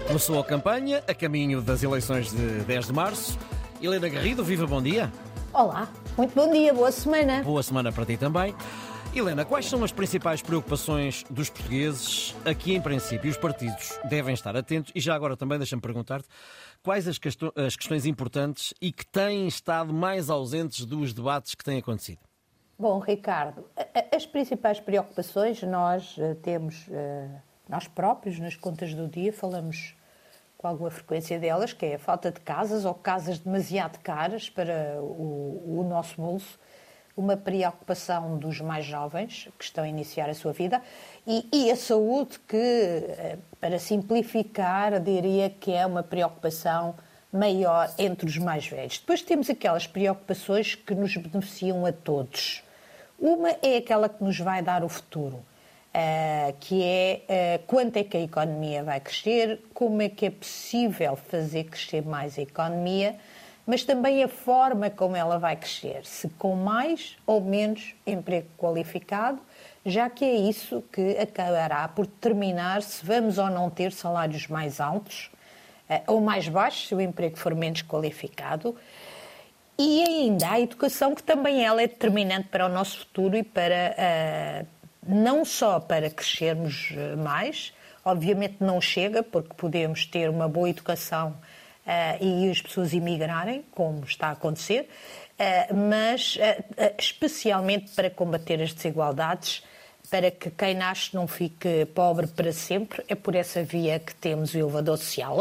Começou a campanha a caminho das eleições de 10 de março. Helena Garrido, viva, bom dia. Olá, muito bom dia, boa semana. Boa semana para ti também. Helena, quais são as principais preocupações dos portugueses a que, em princípio, os partidos devem estar atentos? E já agora também deixa-me perguntar-te quais as questões importantes e que têm estado mais ausentes dos debates que têm acontecido? Bom, Ricardo, as principais preocupações nós temos, nós próprios, nas contas do dia, falamos com alguma frequência delas, que é a falta de casas ou casas demasiado caras para o nosso bolso, uma preocupação dos mais jovens que estão a iniciar a sua vida e a saúde que, para simplificar, diria que é uma preocupação maior entre os mais velhos. Depois temos aquelas preocupações que nos beneficiam a todos. Uma é aquela que nos vai dar o futuro, que é quanto é que a economia vai crescer, como é que é possível fazer crescer mais a economia, mas também a forma como ela vai crescer, se com mais ou menos emprego qualificado, já que é isso que acabará por determinar se vamos ou não ter salários mais altos ou mais baixos, se o emprego for menos qualificado. E ainda a educação, que também ela é determinante para o nosso futuro e para não só para crescermos mais, obviamente não chega, porque podemos ter uma boa educação e as pessoas emigrarem, como está a acontecer, mas especialmente para combater as desigualdades, para que quem nasce não fique pobre para sempre, é por essa via que temos o elevador social.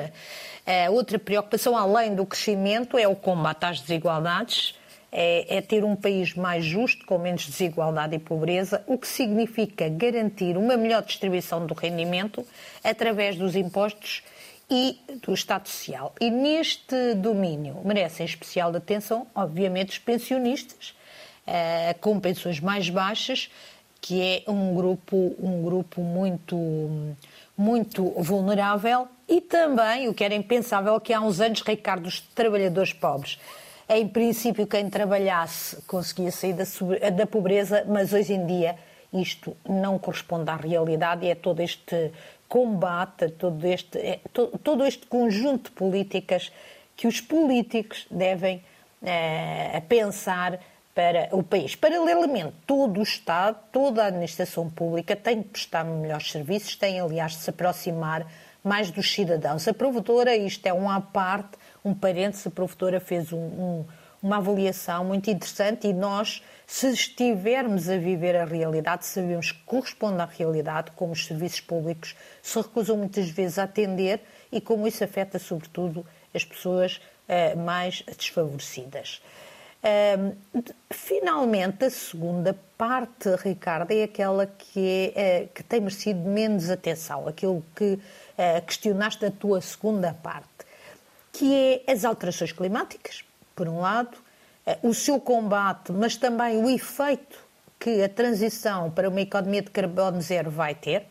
A outra preocupação, além do crescimento, é o combate às desigualdades, é ter um país mais justo, com menos desigualdade e pobreza, o que significa garantir uma melhor distribuição do rendimento através dos impostos e do Estado Social. E neste domínio merecem especial atenção, obviamente, os pensionistas, com pensões mais baixas, que é um grupo muito vulnerável, e também, o que era impensável, que há uns anos, Ricardo, os trabalhadores pobres. Em princípio, quem trabalhasse conseguia sair da pobreza, mas hoje em dia isto não corresponde à realidade e é todo este combate, todo este conjunto de políticas que os políticos devem pensar para o país. Paralelamente, todo o Estado, toda a administração pública tem de prestar melhores serviços, tem, aliás, de se aproximar mais dos cidadãos. A provedora, isto é um à parte, um parênteses, a provedora fez uma avaliação muito interessante e nós, se estivermos a viver a realidade, sabemos que corresponde à realidade, como os serviços públicos se recusam muitas vezes a atender e como isso afeta, sobretudo, as pessoas mais desfavorecidas. Finalmente, a segunda parte, Ricardo, é aquela que tem merecido menos atenção, aquilo que questionaste na tua segunda parte, que é as alterações climáticas, por um lado, o seu combate, mas também o efeito que a transição para uma economia de carbono zero vai ter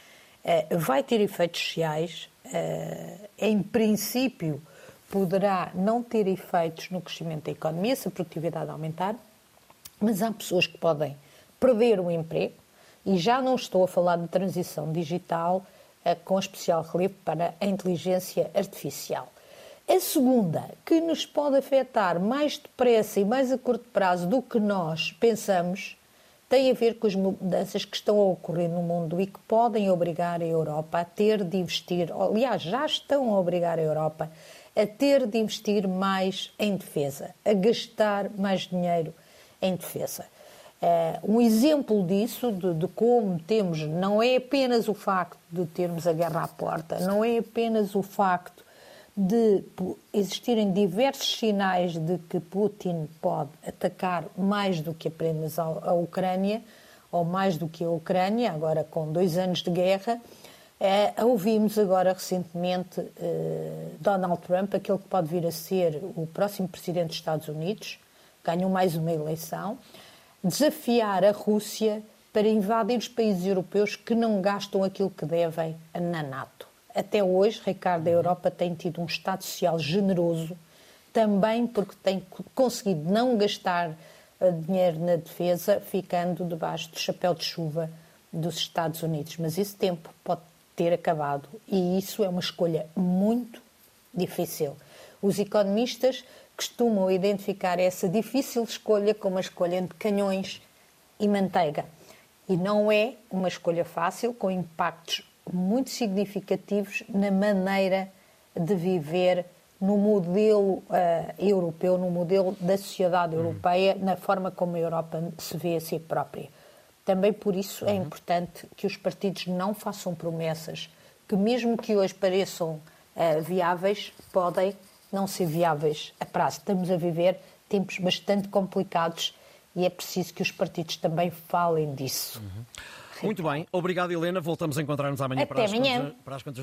efeitos sociais, em princípio poderá não ter efeitos no crescimento da economia, se a produtividade aumentar, mas há pessoas que podem perder o emprego, e já não estou a falar de transição digital com especial relevo para a inteligência artificial. A segunda, que nos pode afetar mais depressa e mais a curto prazo do que nós pensamos, tem a ver com as mudanças que estão a ocorrer no mundo e que podem obrigar a Europa a ter de investir, aliás, já estão a obrigar a Europa a ter de investir mais em defesa, a gastar mais dinheiro em defesa. Um exemplo disso, de como temos, não é apenas o facto de termos a guerra à porta, não é apenas o facto de existirem diversos sinais de que Putin pode atacar mais do que apenas a Ucrânia, ou mais do que a Ucrânia, agora com 2 anos de guerra. Ouvimos agora recentemente Donald Trump, aquele que pode vir a ser o próximo presidente dos Estados Unidos, ganhou mais uma eleição, desafiar a Rússia para invadir os países europeus que não gastam aquilo que devem na NATO. Até hoje, Ricardo, a Europa tem tido um Estado Social generoso, também porque tem conseguido não gastar dinheiro na defesa, ficando debaixo do chapéu de chuva dos Estados Unidos. Mas esse tempo pode ter acabado. E isso é uma escolha muito difícil. Os economistas costumam identificar essa difícil escolha como a escolha entre canhões e manteiga. E não é uma escolha fácil, com impactos muito significativos na maneira de viver no modelo europeu, no modelo da sociedade europeia, na forma como a Europa se vê a si própria. Também por isso é importante que os partidos não façam promessas que, mesmo que hoje pareçam viáveis, podem não ser viáveis a prazo. Estamos a viver tempos bastante complicados e é preciso que os partidos também falem disso. Muito bem. Obrigado, Helena. Voltamos a encontrar-nos amanhã Até amanhã. para as contas